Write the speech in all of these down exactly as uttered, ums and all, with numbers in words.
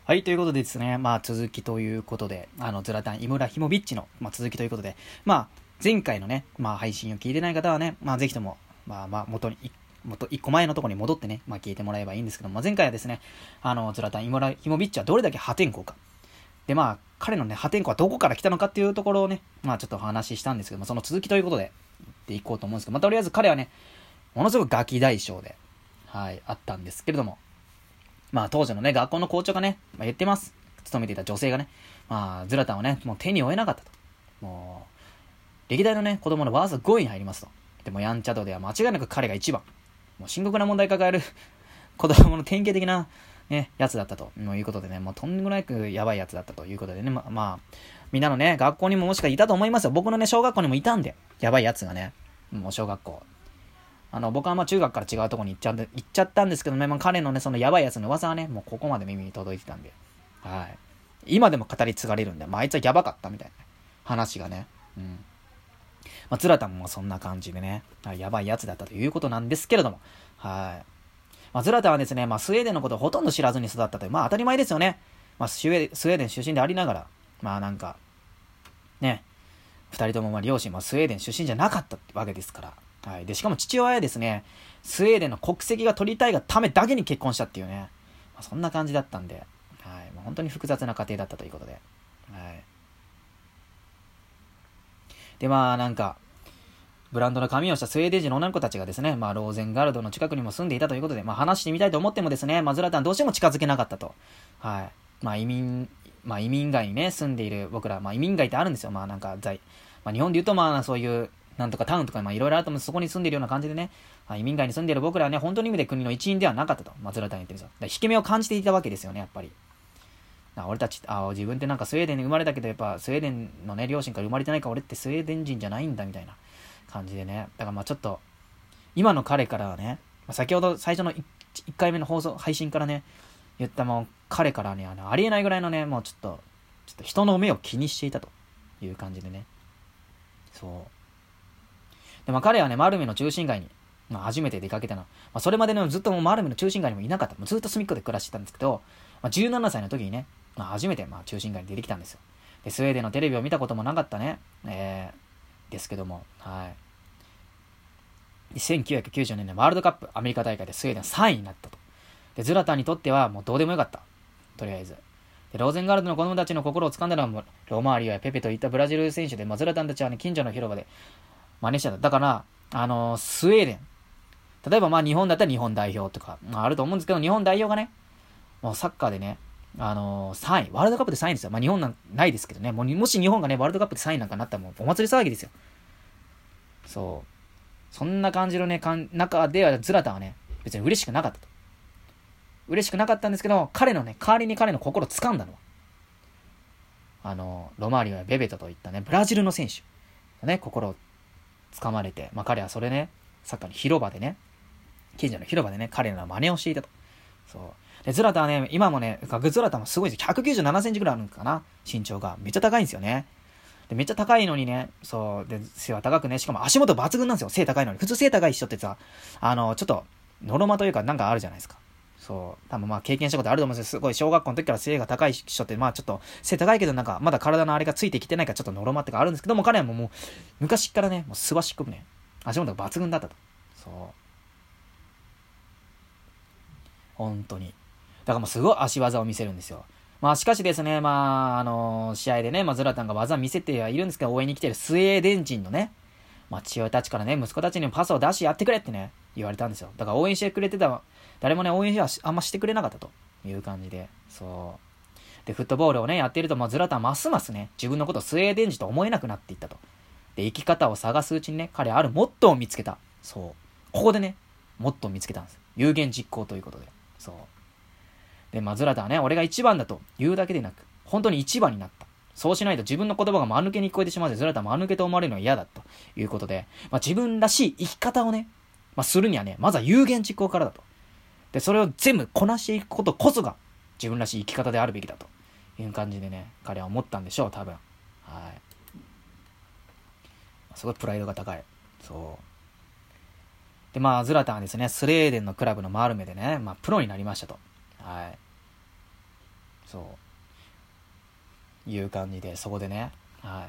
はい、ということでですね、まあ続きということで、あの、ズラタン・イブラヒモビッチの、まあ、続きということで、まあ、前回のね、まあ配信を聞いてない方はね、まあぜひとも、まあまあ元に、元一個前のところに戻ってね、まあ聞いてもらえばいいんですけども、まあ、前回はですね、あの、ズラタン・イブラヒモビッチはどれだけ破天荒か。で、まあ、彼のね、破天荒はどこから来たのかっていうところをね、まあちょっとお話ししたんですけども、その続きということで、言っていこうと思うんですけど、まあとりあえず彼はね、ものすごくガキ大将で、はい、あったんですけれども、まあ当時のね、学校の校長がね、まあ、言ってます。勤めていた女性がね、まあ、ズラタンをね、もう手に負えなかったと。もう、歴代のね、子供のバースごいに入りますと。でも、やんちゃ度では間違いなく彼が一番。もう深刻な問題抱える子供の典型的な、ね、やつだったということでね、もうとんでもなくやばいやつだったということでね、ま、まあ、みんなのね、学校にももしかいたと思いますよ。僕のね、小学校にもいたんで、やばいやつがね、もう小学校。あの、僕はまあ中学から違うところに行っちゃ行っちゃったんですけどね、まあ彼のね、そのやばいやつの噂はね、もうここまで耳に届いてたんで、はい。今でも語り継がれるんで、まあ、あいつはやばかったみたいな話がね。うん。まあ、ズラタンもそんな感じでね、やばいやつだったということなんですけれども、はい。まあ、ズラタンはですね、まあ、スウェーデンのことをほとんど知らずに育ったという、まあ、当たり前ですよね。まあ、スウェーデン出身でありながら、まあ、なんか、ね、二人ともまあ両親もスウェーデン出身じゃなかったわけですから。はい。で、しかも父親はですね、スウェーデンの国籍が取りたいがためだけに結婚したっていうね、まあ、そんな感じだったんで、はい。まあ、本当に複雑な家庭だったということで。はい。で、まあなんか、ブランドの髪をしたスウェーデン人の女の子たちがですね、まあローゼンガルドの近くにも住んでいたということで、まあ話してみたいと思ってもですね、まあズラタンどうしても近づけなかったと。はい。まあ移民、まあ移民街にね、住んでいる僕ら、まあ移民街ってあるんですよ。まあなんか在、まあ日本で言うとまあそういう、なんとかタウンとかまあいろいろあると思うんです。そこに住んでいるような感じでね、まあ、移民街に住んでいる僕らはね、本当に意味で国の一員ではなかったと。まあズラタン言ってるんですよ。だから引け目を感じていたわけですよね、やっぱり。俺たち、あ、自分ってなんかスウェーデンに生まれたけど、やっぱスウェーデンのね、両親から生まれてないから俺ってスウェーデン人じゃないんだみたいな感じでね。だからまあちょっと、今の彼からはね、先ほど最初の 1, いっかいめの放送、配信からね、言ったもう彼からね、あの、ありえないぐらいのね、もうちょっと、ちょっと人の目を気にしていたという感じでね。そう。で、まあ彼はね、マルメの中心街に、まあ初めて出かけたの。まあそれまでのずっともうマルメの中心街にもいなかった。もうずっと隅っこで暮らしてたんですけど、まあじゅうななさいの時にね、まあ初めてまあ中心街に出てきたんですよ。で、スウェーデンのテレビを見たこともなかったね、えー、ですけども、はい。せんきゅうひゃくきゅうじゅうねんのワールドカップアメリカ大会でスウェーデンさんいになったと。で、ズラタンにとってはもうどうでもよかった。とりあえず。で、ローゼンガルドの子供たちの心を掴んだのはロマーリオやペペといったブラジル選手で、まあ、ズラタンたちはね、近所の広場で真似してた。だから、あのー、スウェーデン。例えばまあ日本だったら日本代表とか、まああると思うんですけど、日本代表がね、もうサッカーでね、あのー、さんい、ワールドカップでさんいですよ。まあ日本なんないですけどね、もうもし日本がね、ワールドカップでさんいなんかなったらもうお祭り騒ぎですよ。そう。そんな感じのね、かん中ではズラタンはね、別に嬉しくなかったと。嬉しくなかったんですけど、彼のね、代わりに彼の心を掴んだのは、あのー、ロマーリオやベベトといったね、ブラジルの選手がね、心を掴まれて、まあ彼はそれね、サッカーの広場でね、近所の広場でね、彼らの真似をしていたと。そう。で、ズラタンはね、今もね、ズラタンもすごいですよ。ひゃくきゅうじゅうななセンチぐらいあるのかな、身長が。めっちゃ高いんですよね。で、めっちゃ高いのにね、そう、で、背は高くね、しかも足元抜群なんですよ。背高いのに。普通背高い人ってさ、あの、ちょっと、ノロマというかなんかあるじゃないですか。そう。多分まあ経験したことあると思うんですよ。すごい小学校の時から背が高い人って、まあちょっと背高いけどなんかまだ体のあれがついてきてないからちょっとノロマってかあるんですけども、彼はもう、もう昔からね、もうすばしっこくね、足元が抜群だったと。そう。本当に。だからもうすごい足技を見せるんですよ。まあしかしですね、まあ、あのー、試合でね、まあズラタンが技見せてはいるんですけど、応援に来てるスウェーデン人のね、まあ父親たちからね、息子たちにもパスを出しやってくれってね、言われたんですよ。だから応援してくれてた、誰もね、応援はあんましてくれなかったという感じで、そう。で、フットボールをね、やっていると、まあズラタンはますますね、自分のことをスウェーデン人と思えなくなっていったと。で、生き方を探すうちにね、彼はあるモットーを見つけた。そう。ここでね、モットーを見つけたんです。有言実行ということで。そう。で、まあ、ズラタンはね、俺が一番だと言うだけでなく、本当に一番になった。そうしないと自分の言葉が間抜けに聞こえてしまうので、ズラタン間抜けと思われるのは嫌だということで、まあ、自分らしい生き方をね、まあ、するにはね、まずは有言実行からだと。で、それを全部こなしていくことこそが自分らしい生き方であるべきだという感じでね、彼は思ったんでしょう、多分。はい。すごいプライドが高い。そう。で、まあ、ズラタンはですね、スウェーデンのクラブのマルメでね、まあ、プロになりましたと。はい。 そういう感じで、そこでね、はい。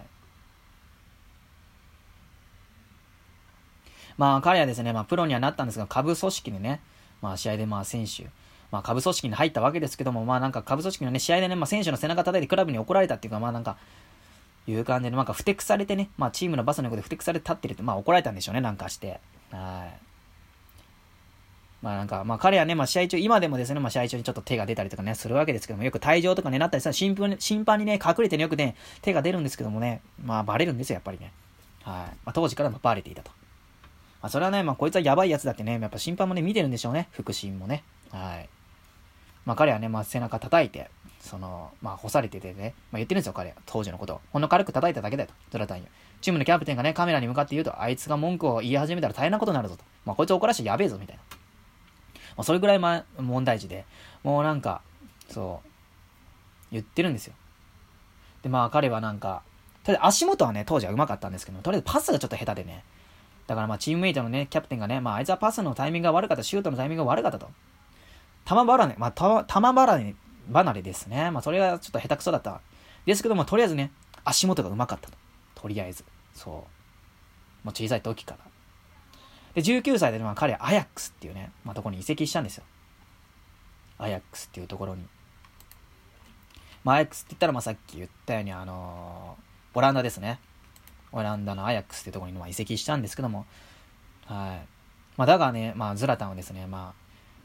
まあ彼はですね、まあプロにはなったんですが、下部組織にね、まあ試合でまあ選手、まあ下部組織に入ったわけですけども、まあなんか下部組織のね、試合でね、まあ選手の背中叩いてクラブに怒られたっていうか、まあなんか、いう感じで、なんかふてくされてね、まあチームのバスの横でふてくされて立ってるって、まあ怒られたんでしょうね、なんかして。はい。まあなんか、まあ彼はね、まあ試合中、今でもですね、まあ試合中にちょっまあ手が出たりとかね、するわけですけども、よく退場とかね、なったりさ、審判審判にね、隠れてね、よくね、手が出るんですけどもね、まあバレるんですよ、やっぱりね。はい。まあ当時からもバレていたと。まあそれはね、まあこいつはやばいやつだってね、やっぱ審判もね、見てるんでしょうね、腹心もね。はい。まあ彼はね、まあ背中叩いて、その、まあ干されててね、まあ言ってるんですよ、彼は。当時のことを。ほんの軽く叩いただけだよと、ゾラタンよ。チームのキャプテンがね、カメラに向かって言うと、あいつが文句を言い始めたら大変なことになるぞと。まあこいつ怒らしてやべえぞ、みたいな。まあそれぐらいまあ問題児で、もうなんか、そう、言ってるんですよ。で、まあ彼はなんか、とりあえず足元はね、当時は上手かったんですけど、とりあえずパスがちょっと下手でね。だからまあチームメイトのね、キャプテンがね、まああいつはパスのタイミングが悪かった、シュートのタイミングが悪かったと。玉離れ、まあ玉離れ、離れですね。まあそれがちょっと下手くそだった。ですけども、とりあえずね、足元が上手かったと。とりあえず。そう。もう小さい時から。で、じゅうきゅうさいで、まあ彼はアヤックスっていうね、まあところに移籍したんですよ。アヤックスっていうところに。まあアヤックスって言ったら、まあさっき言ったように、あのー、オランダですね。オランダのアヤックスっていうところにまあ移籍したんですけども、はい。まあだがね、まあズラタンはですね、ま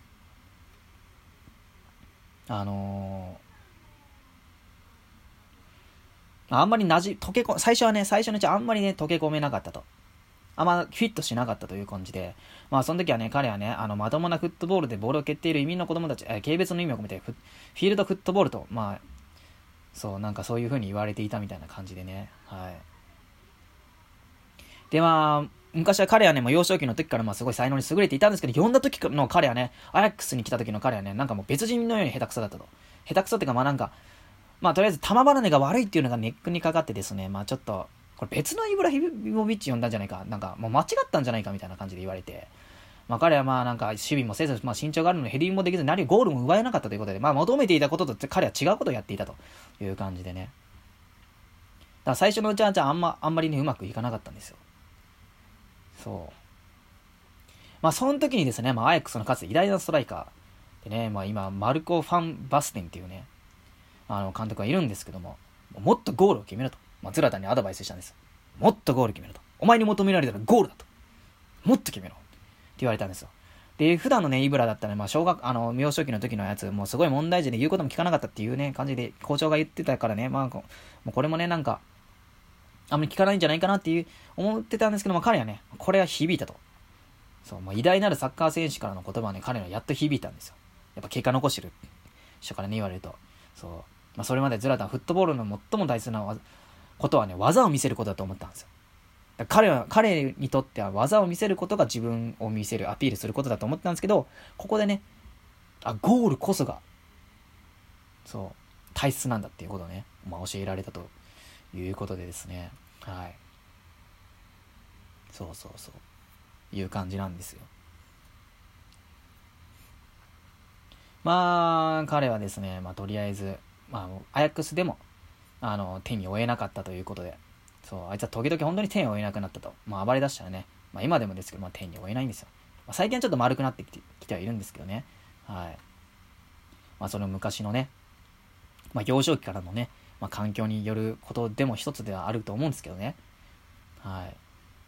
あ、あのー、あんまりなじ、溶けこ、最初はね、最初のうちあんまりね、溶け込めなかったと。あんまフィットしなかったという感じで、まあその時はね、彼はね、あの、まともなフットボールでボールを蹴っている移民の子供たち、えー、軽蔑の意味を込めてフ、フィールドフットボールと、まあ、そう、なんかそういう風に言われていたみたいな感じでね、はい。で、まあ、昔は彼はね、もう幼少期の時からまあすごい才能に優れていたんですけど、呼んだ時の彼はね、アヤックスに来た時の彼はね、なんかもう別人のように下手くそだったと。下手くそっていうか、まあなんか、まあとりあえず玉離れが悪いっていうのがネックにかかってですね、まあちょっと、これ別のイブラヒモビッチ呼んだんじゃないか、なんかもう間違ったんじゃないかみたいな感じで言われて、まあ彼はまあなんか守備もせず、まあ身長があるのにヘディングもできず、何ゴールも奪えなかったということで、まあ求めていたことと彼は違うことをやっていたという感じでね。だから最初のうちはじゃああんま、あんまりね、うまくいかなかったんですよ。そう。まあその時にですね、まあアヤックスのかつて偉大なストライカーでね、まあ今、マルコ・ファン・バステンっていうね、あの監督がいるんですけども、もっとゴールを決めろと。まあズラタンにアドバイスしたんです。もっとゴール決めろと。お前に求められたらゴールだと。もっと決めろ。って言われたんですよ。で、普段のね、イブラだったら、まあ、小学、あの、幼少期の時のやつ、もうすごい問題児で言うことも聞かなかったっていうね、感じで、校長が言ってたからね、まあ、もうこれもね、なんか、あんまり聞かないんじゃないかなっていう、思ってたんですけども、彼はね、これは響いたと。そう、まあ、偉大なるサッカー選手からの言葉はね、彼はやっと響いたんですよ。やっぱ結果残してる人からね、言われると。そう。まあ、それまでズラタン、フットボールの最も大切なことはね、技を見せることだと思ったんですよ。彼は、彼にとっては技を見せることが自分を見せる、アピールすることだと思ってたんですけど、ここでね、あ、ゴールこそが、そう、大切なんだっていうことをね、まあ、教えられたということでですね、はい。そうそうそう、いう感じなんですよ。まあ、彼はですね、まあ、とりあえず、まあ、アヤックスでも、あの、手に負えなかったということで、そう、あいつは時々本当に手を負えなくなったと。まあ暴れ出したらね、まあ今でもですけど、まあ手に負えないんですよ。まあ、最近はちょっと丸くなってきてきてはいるんですけどね。はい。まあその昔のね、まあ幼少期からのね、まあ環境によることでも一つではあると思うんですけどね。はい。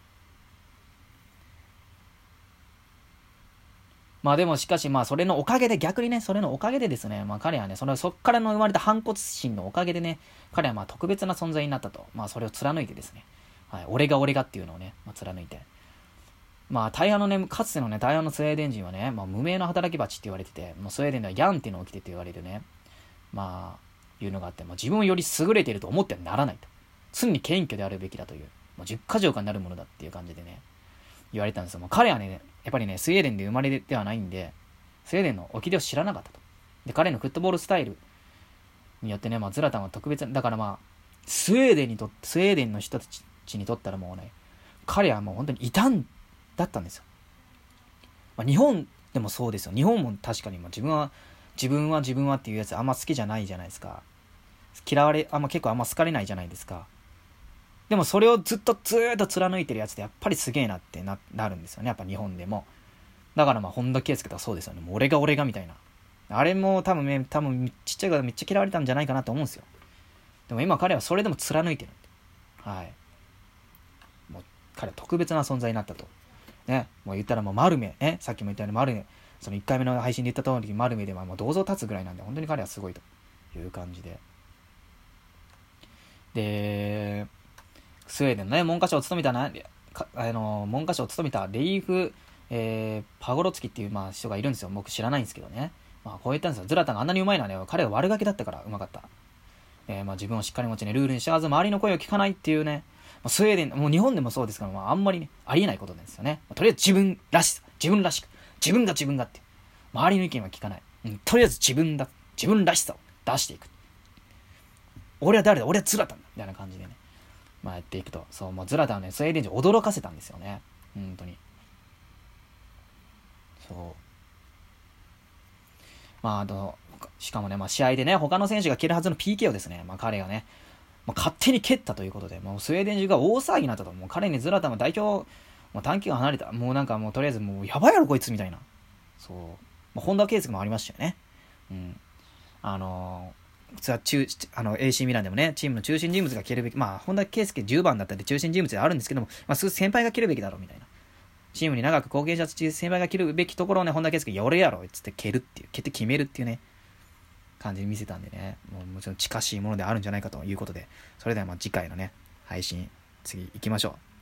まあでもしかしまあそれのおかげで、逆にね、それのおかげでですね、まあ彼はね、そのそっからの生まれた反骨心のおかげでね、彼はまあ特別な存在になったと。まあそれを貫いてですね、はい、俺が俺がっていうのをね、まあ、貫いて。まあ大半のね、かつてのね、大半のスウェーデン人はね、まあ無名の働き蜂って言われてて、もうスウェーデンではヤンっていうのを起きてって言われるね、まあ、いうのがあって、まあ自分をより優れていると思ってはならないと。常に謙虚であるべきだという、まあ、十箇条かになるものだっていう感じでね、言われたんですよ。もう彼はね、やっぱりね、スウェーデンで生まれてはないんで、スウェーデンの掟を知らなかったと。で、彼のフットボールスタイルによってね、まあ、ズラタンは特別、だからまあ、スウェーデンにとって、スウェーデンの人たちにとったらもうね、彼はもう本当に異端だったんですよ。まあ、日本でもそうですよ。日本も確かに、まあ、自分は自分は自分はっていうやつあんま好きじゃないじゃないですか。嫌われ、あんま結構あんま好かれないじゃないですか。でもそれをずっとずーっと貫いてるやつってやっぱりすげえなって な, なるんですよね。やっぱ日本でも。だからまあ本田圭佑とかそうですよね。もう俺が俺がみたいな。あれも多分ね、多分ちっちゃいからめっちゃ嫌われたんじゃないかなと思うんですよ。でも今彼はそれでも貫いてる。はい。もう彼は特別な存在になったと。ね。もう言ったらもう丸目、ね。さっきも言ったように丸目。そのいっかいめの配信で言った通り丸目ではもう銅像立つぐらいなんで、本当に彼はすごいという感じで。で、スウェーデンのね、文科省を務めたな、あの、文科省を務めたレイフ、えー、パゴロツキっていう、まあ、人がいるんですよ。僕知らないんですけどね。まあ、こう言ったんですよ。ズラタンがあんなに上手いのはね、彼が悪ガキだったから上手かった。えー、まあ、自分をしっかり持ちね、ルールに従わず周りの声を聞かないっていうね、スウェーデン、もう日本でもそうですから、まあ、あんまりね、ありえないことなんですよね。とりあえず自分らしさ、自分らしく、自分が自分がって。周りの意見は聞かない。うん、とりあえず自分だ、自分らしさを出していく。俺は誰だ、俺はズラタンだみたいな感じでね。まあやっていくと。そう、もうズラタンはね、スウェーデン人驚かせたんですよね。本当に。そう。まあ、あと、しかもね、まあ試合でね、他の選手が蹴るはずの ピーケー をですね、まあ彼がね、まあ、勝手に蹴ったということで、もうスウェーデン中が大騒ぎになったと。もう彼にズラタンの代表、もう短期が離れた。もうなんかもうとりあえずもうやばいやろこいつみたいな。そう。まあ、本田圭佑もありましたよね。うん。あのー、普通は中、あの、エーシー ミランでもね、チームの中心人物が蹴るべき、まあ、本田圭佑じゅうばんだったんで中心人物であるんですけども、まあ、先輩が蹴るべきだろうみたいな。チームに長く貢献した先輩が蹴るべきところをね、本田圭佑、や俺やろっつって蹴るっていう、蹴って決めるっていうね、感じに見せたんでね、もうもちろん近しいものであるんじゃないかということで、それではまあ次回のね、配信、次行きましょう。